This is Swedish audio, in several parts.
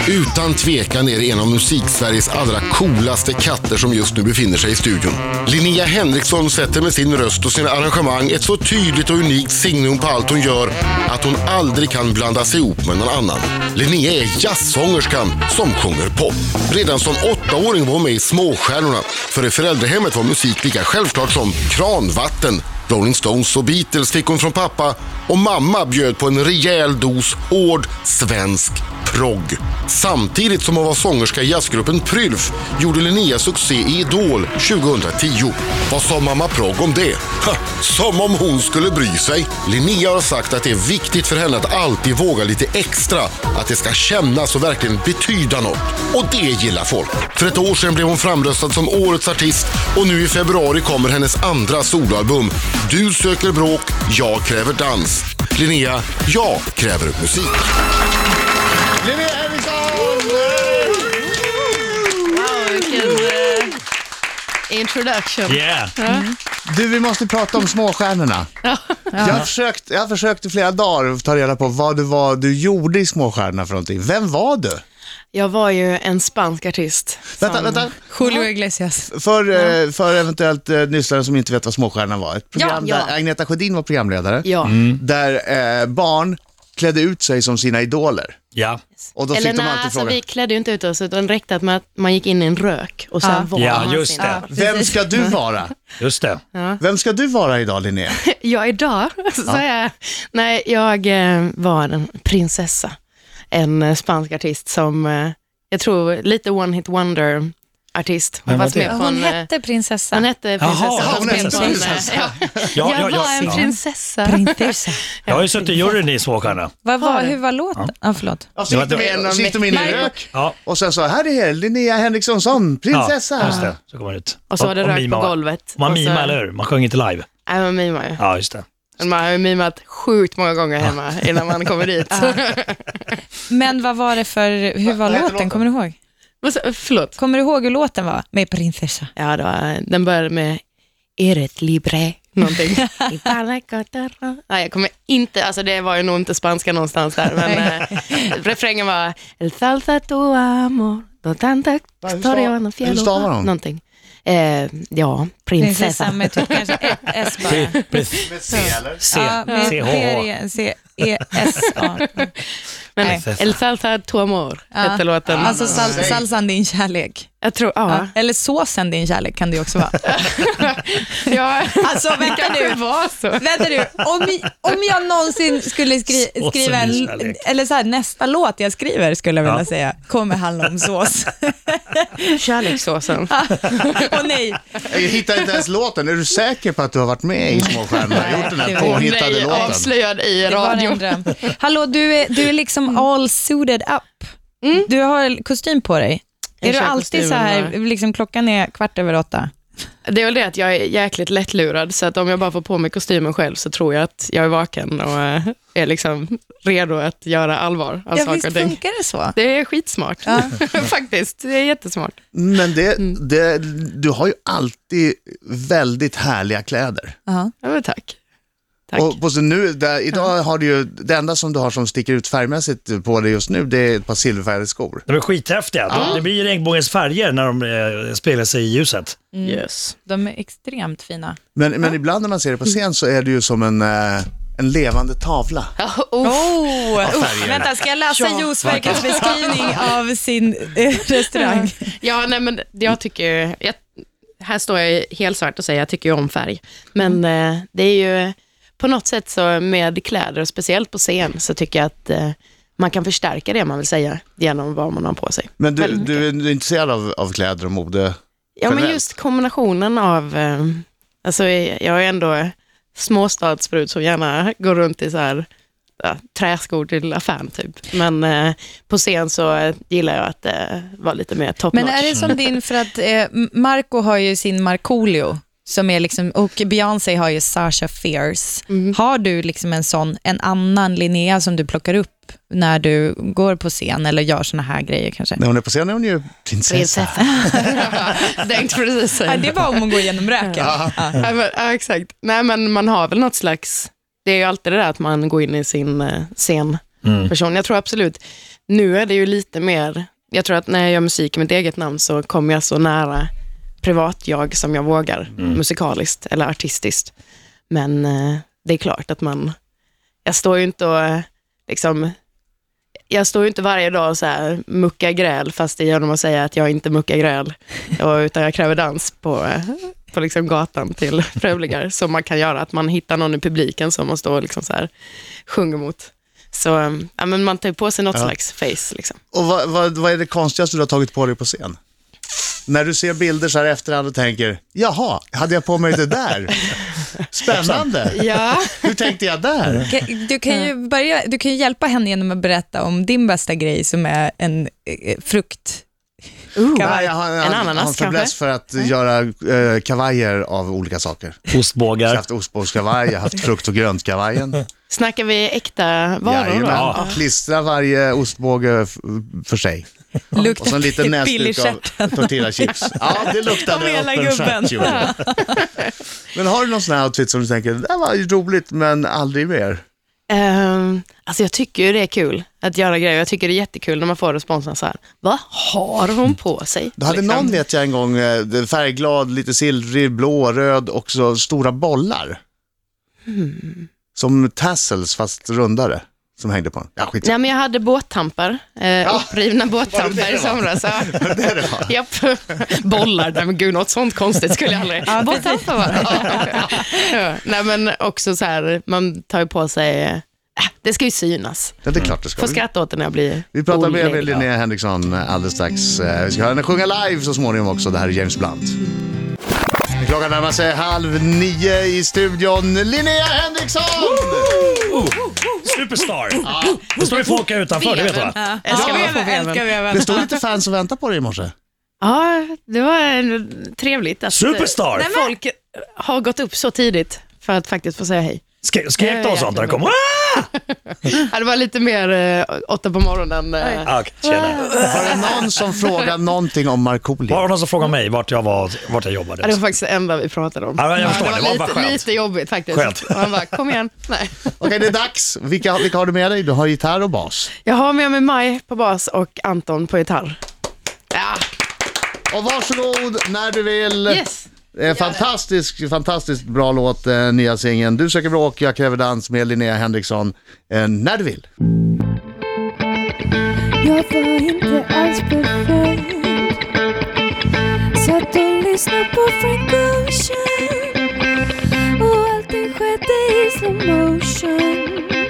Utan tvekan är det en av Musiksveriges allra coolaste katter som just nu befinner sig i studion. Linnea Henriksson sätter med sin röst och sina arrangemang ett så tydligt och unikt signum på allt hon gör att hon aldrig kan blandas ihop med någon annan. Linnea är jazzsångerskan som sjunger pop. Redan som 8-åring var hon med i Småstjärnorna. För i föräldrahemmet var musik lika självklart som kranvatten. Rolling Stones och Beatles fick hon från pappa och mamma bjöd på en rejäl dos hård svensk progg. Samtidigt som hon var sångerska i jazzgruppen Prylf gjorde Linnea succé i Idol 2010. Vad sa mamma progg om det? Som om hon skulle bry sig. Linnea har sagt att det är viktigt för henne att alltid våga lite extra, att det ska kännas och verkligen betyda något. Och det gillar folk. För ett år sedan blev hon framröstad som årets artist och nu i februari kommer hennes andra soloalbum. Du söker bråk, jag kräver dans. Linnea, jag kräver musik. Linnea Henriksson! Wow, vilken introduction. Yeah. Du, vi måste prata om Småstjärnorna. Jag har försökt i flera dagar att ta reda på vad du gjorde i Småstjärnorna för någonting. Vem var du? Jag var ju en spansk artist. Vänta. Julio Iglesias. För eventuellt lyssnare som inte vet vad Småstjärnorna var. Ett program där Agneta Sjödin var programledare. Ja. Där barn klädde ut sig som sina idoler. Ja. Och då Eller fick de nej, alltid alltså, fråga. vi klädde ju inte ut oss, utan det räckte att man gick in i en rök och sen var Ja, man just sin. det. Vem ska du vara? Just det. Vem ska du vara idag, Linnea? Ja, idag så jag var en prinsessa. En spansk artist som jag tror lite one hit wonder artist. Vem var det? Hon hette prinsessa. Hon hette prinsessa. Jaha, Hon hette spelade prinsessa. jag var en prinsessa. Prinsessa. Jag har ju suttit i juryn i Småstjärnorna. Hur var låten? Ja, förlåt. Ja, så gick de in i en rök. Ja. Och sen så, här är Linnea Henriksson som prinsessa. Ja, just det. Så kommer det ut. Och så var det rök mima, på golvet. Man Och så- mimar, eller hur? Man sjöng inte live. Nej, man mimar ju. Ja, just det. Man har ju mimat sjukt många gånger hemma innan man kommer dit. Men vad var det för, hur var låten? Kommer du ihåg? Förlåt. Kommer du ihåg hur låten var? Med prinsessa. Ja, den började med Eres libre, någonting. Nej, jag kommer inte, alltså det var ju nog inte spanska någonstans där, men refrängen var El salsa tu amor, do tanta historia en hur stavar hon? någonting. Ja, prinsessa. Med typ kanske ett S bara. Med C, eller? C-H-H. Men Nej. El salsa tu amor hette låten. Alltså salsan din kärlek. Jag tror, ja. Eller såsen din kärlek kan det ju också vara. Ja. Alltså vänta nu. Vänta nu. Om jag någonsin skulle skriva eller så här, nästa låt jag skriver skulle jag vilja säga kommer handla om sås. Kärlekssåsen. Och nej. Jag hittar inte ens låten. Är du säker på att du har varit med i Småstjärnorna? Gjort den här påhittade Nej, låten? avslöjad i Det var radio. en dröm. Hallå, du är liksom all suited up. Du har kostym på dig. Är du kör alltid så kostymen här, liksom klockan är 8:15? Det är väl det att jag är jäkligt lättlurad, så att om jag bara får på mig kostymen själv så tror jag att jag är vaken och är liksom redo att göra allvar av Ja, saker visst och ting. funkar det så? Det är skitsmart. Faktiskt, det är jättesmart. Men du har ju alltid väldigt härliga kläder. Ja. Ja, men tack. Tack. Och så nu, idag har du ju, det enda som du har som sticker ut färgmässigt på dig just nu, det är ett par silverfärgade skor. De är skithäftiga. Det blir regnbågens färger när de spelar sig i ljuset. Yes. De är extremt fina. Men ibland när man ser det på scen så är det ju som en levande tavla. Vänta, ska jag läsa Ja. Josverkens beskrivning av sin restaurang? Ja, nej, men jag tycker... här står jag helt svart och säger jag tycker ju om färg. Men det är ju på något sätt så med kläder, och speciellt på scen, så tycker jag att man kan förstärka det man vill säga genom vad man har på sig. Men du är intresserad av kläder och mode? Ja, men generellt? just kombinationen av... alltså jag är ändå småstadsbrud som gärna går runt i så här träskor till affären typ. Men på scen så gillar jag att vara lite mer top notch. Men är det som din, för att Marco har ju sin Markoolio som är liksom, och Beyoncé har ju Sasha Fierce. Har du liksom en annan Linnea som du plockar upp när du går på scen eller gör såna här grejer kanske? När hon är på scen är hon ju prinsessa. Tänkte precis säga. Ja, det var om hon går igenom röken. Ja, exakt. Nej, men man har väl något slags... Det är ju alltid det där att man går in i sin scenperson. Jag tror absolut, nu är det ju lite mer, jag tror att när jag gör musik i mitt eget namn så kommer jag så nära privat jag som jag vågar, musikaliskt eller artistiskt. Men det är klart att jag står ju inte och liksom, jag står ju inte varje dag och så här muckar gräl, fast det är genom att säga att jag inte muckar gräl, utan jag kräver dans på liksom gatan till prövlingar, som man kan göra, att man hittar någon i publiken som man står och liksom så här sjunger mot. Så ja, men man tar på sig något slags face liksom. Och vad är det konstigaste du har tagit på dig på scen? När du ser bilder så här efterhand och tänker, jaha, hade jag på mig det där? Spännande. Ja. Hur tänkte jag där? Du kan ju hjälpa henne genom att berätta om din bästa grej som är en frukt. Nej, jag har en fäbless för att göra kavajer av olika saker. Ostbågar. Jag har haft ostbågskavaj, jag har haft frukt- och grönt-kavajen. Snackar vi äkta varor då? Ja. Klistra varje ostbåge för sig. Och så en liten näsduk av tortillachips. Ja, det luktade öppen stjärt. Men har du någon sån här outfit som du tänker, det var ju roligt men aldrig mer? Alltså jag tycker ju det är kul att göra grejer. Jag tycker det är jättekul när man får responsen så här: vad har hon på sig? Du hade någon, vet jag en gång, färgglad, lite silvrig, blå, röd och så stora bollar. Som tassels fast rundare. Som hängde på den. Ja, skit. Nej, men jag hade båttampar. Upprivna båttampar i somras. Det var. Japp. Bollar. Nej, men gud, något sånt konstigt skulle jag aldrig. Båttampar var det. Ja. Nej, men också så här, man tar ju på sig... det ska ju synas. Ja, det är klart det ska. Får skratta åt det när jag blir... Vi pratar med Linnea Henriksson alldeles strax. Vi ska höra henne sjunga live så småningom också. Det här är James Blunt. Klockan närmar sig 8:30 i studion. Linnea Henriksson! Superstar! Det står ju folk här utanför, det vet du va? Det stod lite fans och väntar på dig i morse. Ja, det var trevligt att Superstar! folk har gått upp så tidigt för att faktiskt få säga hej. Skrek du och sånt när det kom? Ja, det var lite mer 8 på morgonen. Var det någon som frågade någonting om Markoolio? Var det någon som frågade mig vart jag jobbade? Ja, det var faktiskt det enda vi pratade om. Ja, jag förstår, det var skönt. lite jobbigt faktiskt. Skönt. Och han bara, kom igen. Nej. Okej, det är dags. Vilka har du med dig? Du har gitarr och bas. Jag har med mig Maj på bas och Anton på gitarr. Ja. Och varsågod när du vill. Yes. Fantastiskt bra låt, nya singeln. Du söker bråk, jag kräver dans med Linnea Henriksson. När du vill. Jag var inte alls perfekt. Satt och lyssnade på Frank Ocean och allting skedde i slow motion.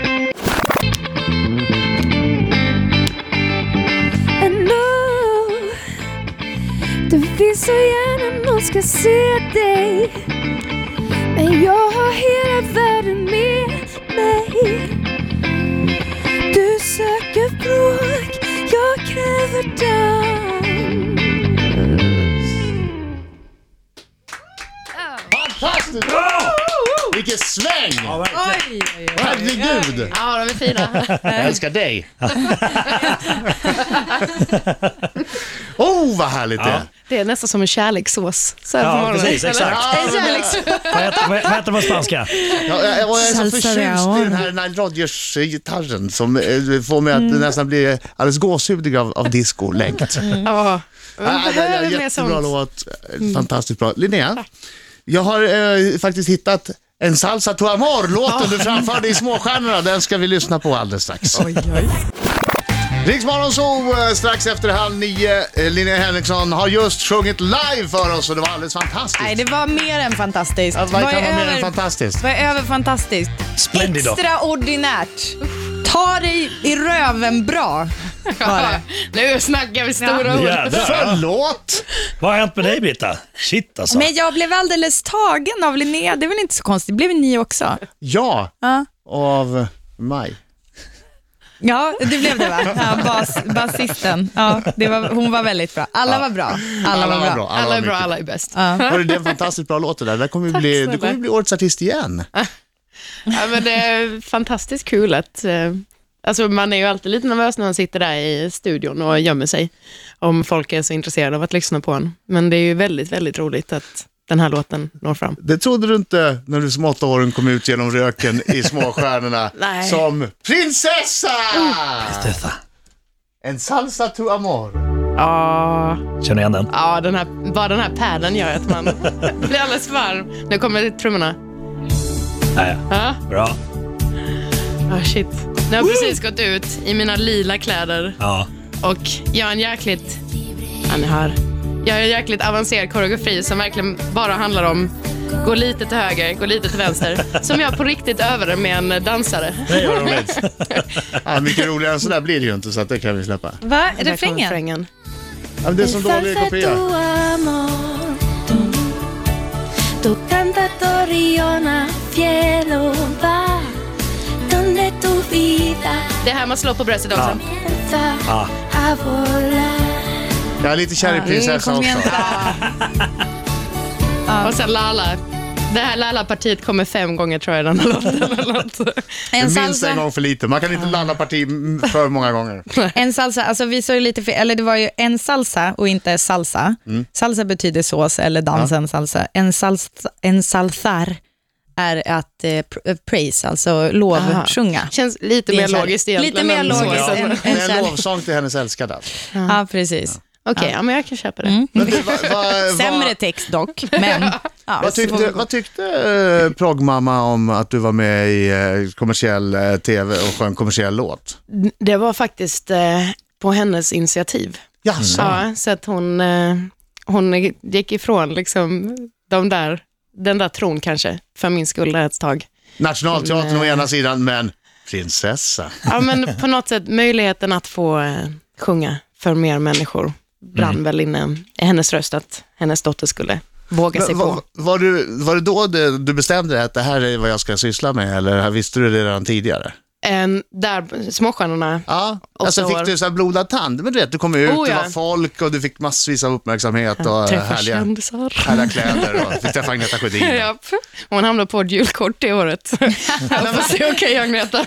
Du vill så gärna någon ska se dig, men jag har hela världen med mig. Du söker bråk, jag kräver dans. Fantastiskt bra! Vilken sväng! Ja, herregud! Ja, de är fina. Jag älskar dig. Vad härligt det är. Det är nästan som en kärlekssås. Ja, precis, exakt. Vad heter det på spanska? Jag är så förtjust i den här Nile Rodgers-gitarren som får mig att nästan bli alldeles gåshuvud av disco-längt. Ja, jättebra låt. Fantastiskt bra. Linnea, jag har faktiskt hittat en Salsa tu Amor-låten du framförde i Småstjärnorna. Den ska vi lyssna på alldeles strax. Riksmorgon så strax efter 8:30. Linnea Henriksson har just sjungit live för oss och det var alldeles fantastiskt. Nej, det var mer än fantastiskt. Vad kan vara mer än fantastiskt? Det var över fantastiskt. Splendido. Extraordinärt. Ta dig i röven bra. Nu snackar vi stora ord. Jävlar. Förlåt! Vad har hänt med dig, Britta? Shit alltså. Men jag blev alldeles tagen av Linnea. Det är väl inte så konstigt. Blev ni också? Ja, av Maj. Ja, det blev det va? Ja, basisten. Ja, hon var väldigt bra. Alla var bra. Alla var bra. Alla är bra, alla är bäst. Det är en fantastiskt bra låt det där. Du kommer bli årets artist igen. Ja, men det är fantastiskt kul att... Alltså man är ju alltid lite nervös när man sitter där i studion och gömmer sig. Om folk är så intresserade av att lyssna på en. Men det är ju väldigt, väldigt roligt att den här låten når fram. Det trodde du inte när du som 8-åring kom ut genom röken i Småstjärnorna som prinsessa! En salsa to amor. Ja, Känner igen den? ja bara den här päden gör att man blir alldeles varm. Nu kommer trummorna. Ja. Bra. Shit. Nu har jag precis gått ut i mina lila kläder. Ja. Och jag har en jäkligt... Jag har en jäkligt avancerad koreografi som verkligen bara handlar om gå lite till höger, gå lite till vänster. Som jag på riktigt övade med en dansare. Det var roligt. Mycket roligare än så där blir det ju inte, så att det kan vi släppa. Va? Refrängen? Ja, det är som dålig kopia. Tu canta Toriona, cielo va, donde tu vida Det här man slår på bröstet också. comienza a volar. Jag är lite kär i prinsessa också. Och sen Lala. Det här Lala-partiet kommer 5 gånger tror jag den här låten. Minst en gång för lite. Man kan inte lalla parti för många gånger. En salsa, alltså vi såg lite fel, eller det var ju en salsa och inte salsa. Salsa betyder sås eller dansen salsa. En salsar är att praise, alltså lovsjunga. Känns lite mer logiskt egentligen. Lite mer logiskt. En lovsång till hennes älskade. Ja, precis. Okej, ja, men jag kan köpa det. Men det, Sämre text dock, men... Ja, vad tyckte proggmamma om att du var med i kommersiell tv och sjöng kommersiell låt? Det var faktiskt på hennes initiativ. Jaså? Ja, så att hon gick ifrån liksom den där tron kanske för min skull ett tag. Nationalteatern å ena sidan, men prinsessa. Ja, men på något sätt möjligheten att få sjunga för mer människor brann väl inne i hennes röst att hennes dotter skulle våga sig på. Var det då du bestämde dig att det här är vad jag ska syssla med, eller visste du det redan tidigare? Där småstjärnorna. Ja, alltså fick du så här blodad tand, men du vet, du kom ut, det var folk och du fick massvis av uppmärksamhet och härliga kläder och fick träffa Agneta Sjödin. Ja, hon hamnade på ett julkort det året. Jag får se, okej, Agneta.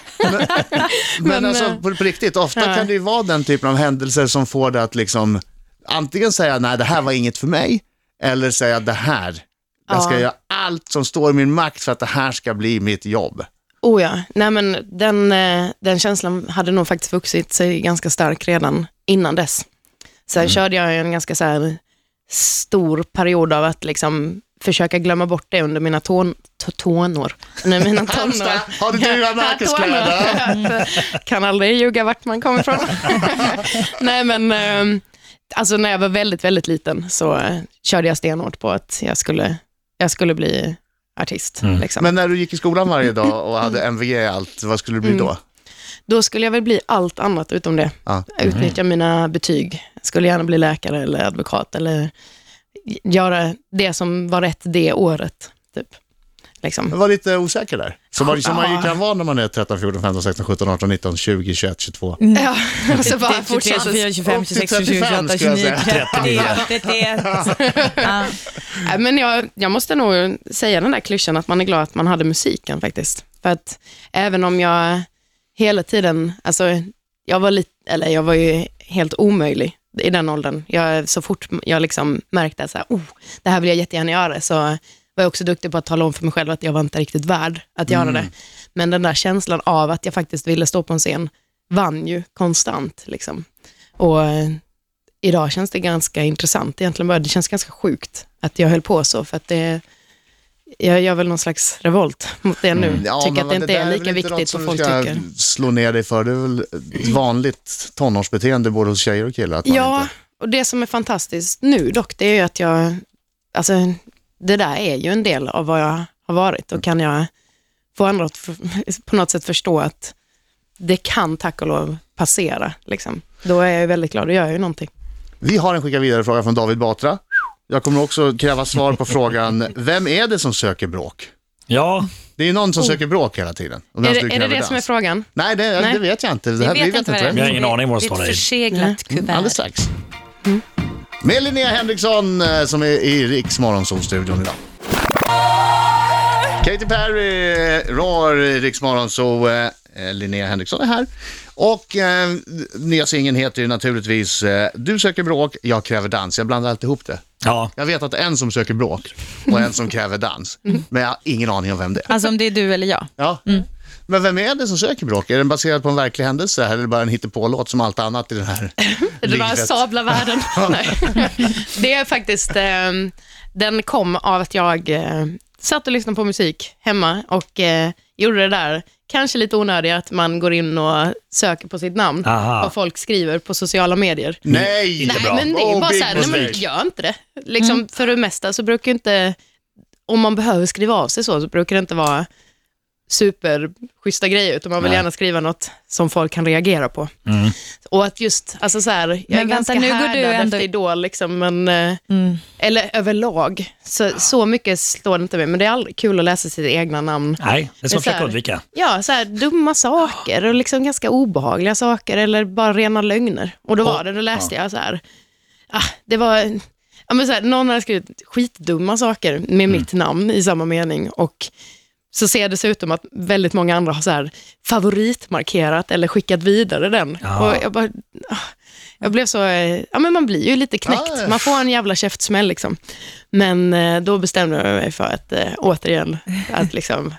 Men alltså på riktigt, ofta kan det ju vara den typen av händelser som får det att liksom antingen säga nej, det här var inget för mig, eller säga det här, jag ska göra allt som står i min makt för att det här ska bli mitt jobb. Oh ja, nej men den känslan hade nog faktiskt vuxit sig ganska stark redan innan dess. Sen körde jag en ganska så här stor period av att liksom försöka glömma bort det under mina tonår. Under mina tonår. Har du dyra märkeskläder? Kan aldrig ljuga vart man kommer ifrån. Nej men, alltså när jag var väldigt, väldigt liten så körde jag stenhårt på att jag skulle bli artist. Liksom. Men när du gick i skolan varje dag och hade MVG i allt, vad skulle du bli då? Då skulle jag väl bli allt annat utom det. Utnyttja mina betyg. Skulle gärna bli läkare eller advokat eller göra det som var rätt det året. Typ. Liksom. Jag var lite osäker där. Som man ju kan vara när man är 13, 14, 15, 16, 17, 18, 19, 20, 21, 22. Ja, så bara fortsätta. 24, 25, 26, 27, 28, 29, 30. Men jag måste nog säga den där klyschan att man är glad att man hade musiken faktiskt. För att även om jag hela tiden, alltså jag var ju helt omöjlig i den åldern. Så fort jag liksom märkte att det här vill jag jättegärna göra, så var jag också duktig på att tala om för mig själv att jag var inte riktigt värd att göra det. Men den där känslan av att jag faktiskt ville stå på en scen vann ju konstant liksom. Och idag känns det ganska intressant egentligen, bara det känns ganska sjukt att jag höll på så, för att jag gör väl någon slags revolt mot det nu. Tycker att det inte är lika viktigt vad folk tycker. Slå ner dig för, det är väl ett vanligt tonårsbeteende både hos tjejer och killar. Och det som är fantastiskt nu dock, det är ju att det där är ju en del av vad jag har varit, och kan jag få andra att på något sätt förstå att det kan tack och lov passera liksom. Då är jag ju väldigt glad och gör ju någonting. Vi har en skicka vidare fråga från David Batra. Jag kommer också kräva svar på frågan, vem är det som söker bråk? Ja. Det är någon som söker bråk hela tiden. Är det som är frågan? Nej, det vet jag inte. Det här vet inte. Jag har ingen aning vad det står där. Ett förseglat kuvert. Alldeles strax. Med Linnea Henriksson som är i Riks Morgonzoo-studion idag. Katy Perry rör Riks Morgonzoo. Linnea Henriksson är här. Och nya singeln heter ju naturligtvis Du söker bråk, jag kräver dans. Jag blandar alltid ihop det. Ja. Jag vet att det är en som söker bråk och en som kräver dans. Men jag har ingen aning om vem det är. Alltså om det är du eller jag. Ja. Men vem är det som söker bråk? Är den baserad på en verklig händelse eller är det bara en hittepålåt som allt annat i den här Det bara sabla världen. Nej. Det är faktiskt, den kom av att jag satt och lyssnade på musik hemma och gjorde det där. Kanske lite onödigt att man går in och söker på sitt namn. Vad folk skriver på sociala medier. Nej, men det är bara så här, nej, men gör inte det. Liksom, för det mesta så brukar inte, om man behöver skriva av sig så brukar det inte vara superschyssta grejer, utan man vill gärna skriva något som folk kan reagera på. Och att just, alltså så här, jag är ganska härdad efter Idol liksom, men, eller överlag, så mycket slår det inte med, men det är aldrig kul att läsa sitt egna namn. Nej, det är som försöka undvika. Ja, så här dumma saker och liksom ganska obehagliga saker, eller bara rena lögner. Och då var det, då läste jag så här, det var, men så här, någon hade skrivit skitdumma saker med mitt namn i samma mening, och så ser det dessutom att väldigt många andra har så här favoritmarkerat eller skickat vidare den. Och jag blev så, men man blir ju lite knäckt. Man får en jävla käftsmäll liksom. Men då bestämde jag mig för att återigen, att liksom,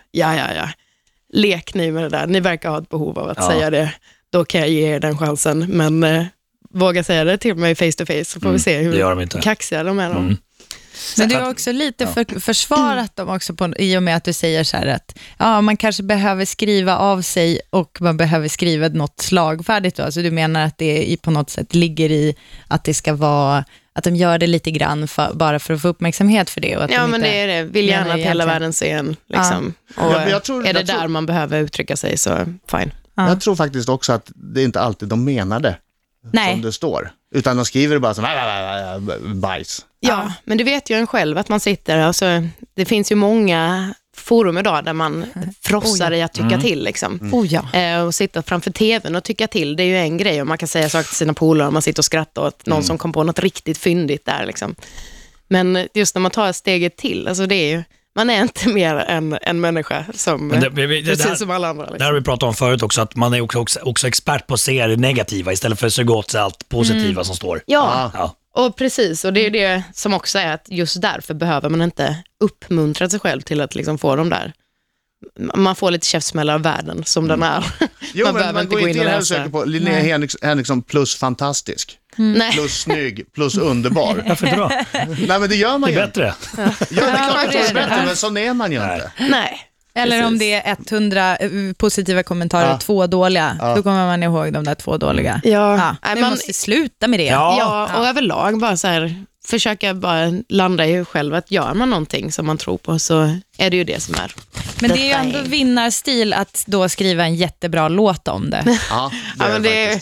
lek ni med det där. Ni verkar ha ett behov av att säga det. Då kan jag ge er den chansen. Men våga säga det till mig face to face, så får vi se hur kaxiga de är då. Men du har också lite försvarat dem också i och med att du säger så här att man kanske behöver skriva av sig och man behöver skriva något slagfärdigt då. Alltså du menar att det på något sätt ligger i att det ska vara, att de gör det lite grann bara för att få uppmärksamhet för det. Och att men det är det. Vill gärna att hela världen ser en liksom. Och jag tror, är det där man behöver uttrycka sig, så fine. Jag tror faktiskt också att det är inte alltid de menar det. Nej. Som det står. Utan de skriver det bara som bajs. Ja, men du vet ju en själv att man sitter, alltså, det finns ju många forum idag där man frossar i att tycka till liksom. Och sitta framför tvn och tycka till, det är ju en grej. Och man kan säga saker till sina polare, man sitter och skrattar åt någon som kom på något riktigt fyndigt där liksom. Men just när man tar steget till, alltså det är ju, man är inte mer än en människa som, precis som alla andra. Liksom. Det har vi pratat om förut också, att man är också expert på att se det negativa istället för att suga åt sig allt positiva som står. Ja, och precis. Och det är det som också är att just därför behöver man inte uppmuntra sig själv till att liksom få dem där. Man får lite käftsmällar av världen som den är. Jo, man går inte in här och söker på Linnea Henriksson plus fantastisk. Plus snygg, plus underbar. Varför då? Nej, men det gör man ju. Det är bättre. Ja, det är klart det är bättre, men så är man ju inte. Nej. Eller om det är 100 positiva kommentarer och 2 dåliga, då kommer man ihåg de där 2 dåliga. Man måste sluta med det. Ja, och överlag bara så här, försöka bara landa i själv att gör man någonting som man tror på, så är det ju det som är. Men det är ju ändå vinnarstil att då skriva en jättebra låt om det. Men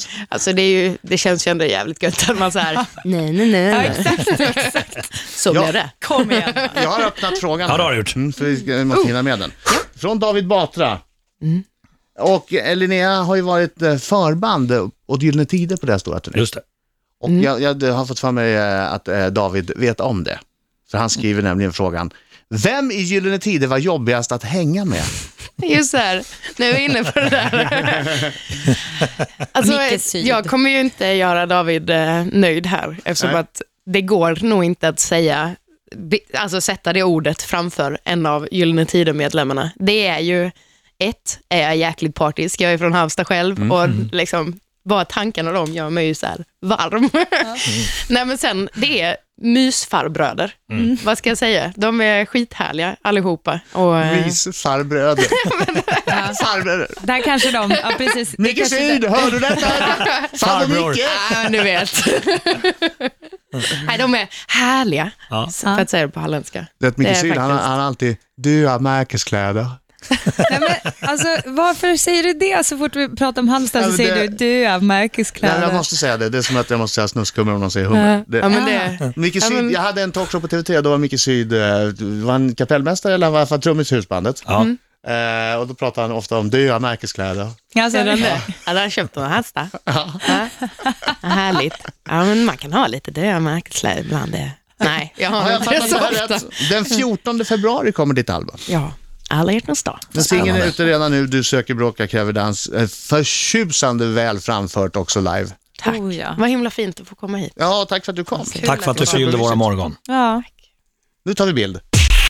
det känns ju ändå jävligt gött att man så här, nej. Ja, exakt. Så blir det. Kom igen. Jag har öppnat frågan. Ja, det har du gjort. För vi måste hinna med den. Från David Batra. Och Linnea har ju varit förband åt Gyllene Tider på det stora turné. Just det. Och jag har fått för mig att David vet om det. För han skriver nämligen frågan: vem i Gyllene Tider var jobbigast att hänga med? Just så här, nu är vi inne på det där. Alltså, jag kommer ju inte göra David nöjd här, eftersom att det går nog inte att säga, alltså sätta det ordet framför en av Gyllene Tider-medlemmarna. Det är ju är jag jäkligt partisk, jag är från Havsta själv och liksom bara tankarna de gör mig ju så här varm. Nej, men sen, det är mysfarbröder. Vad ska jag säga? De är skithärliga allihopa. Mysfarbröder. Farbröder. Där kanske de, precis. Micke Syd, hör du detta? Farbror. Ja, du vet. Nej, de är härliga. För att säga det på halländska. Det Micke Syd, han alltid, du har märkeskläder. Nej, men, alltså, varför säger du det så fort vi pratar om Halmstad, så säger du har märkeskläder. Jag måste säga det. Det är som att jag måste säga snuskummer om någon säger hummer. Micke Syd, jag hade en talkshow på TV3, då var Micke Syd, var han kapellmästare eller var han trummis i husbandet? Och då pratade han ofta om dyra märkeskläder. Alltså, han har köpt några hästar. Härligt. Ja, men man kan ha lite dyra märkeskläder ibland. Nej, jag har inte så ofta. Den 14 februari kommer ditt album. Ja. Alla hjärtans dag. Den singeln är ute redan nu. Du söker bråka, kräver dans. Förtjusande väl framfört också live. Tack. Vad himla fint att få komma hit. Ja, tack för att du kom. Tack för att du fyllde våra morgon. Ja. Nu tar vi bild.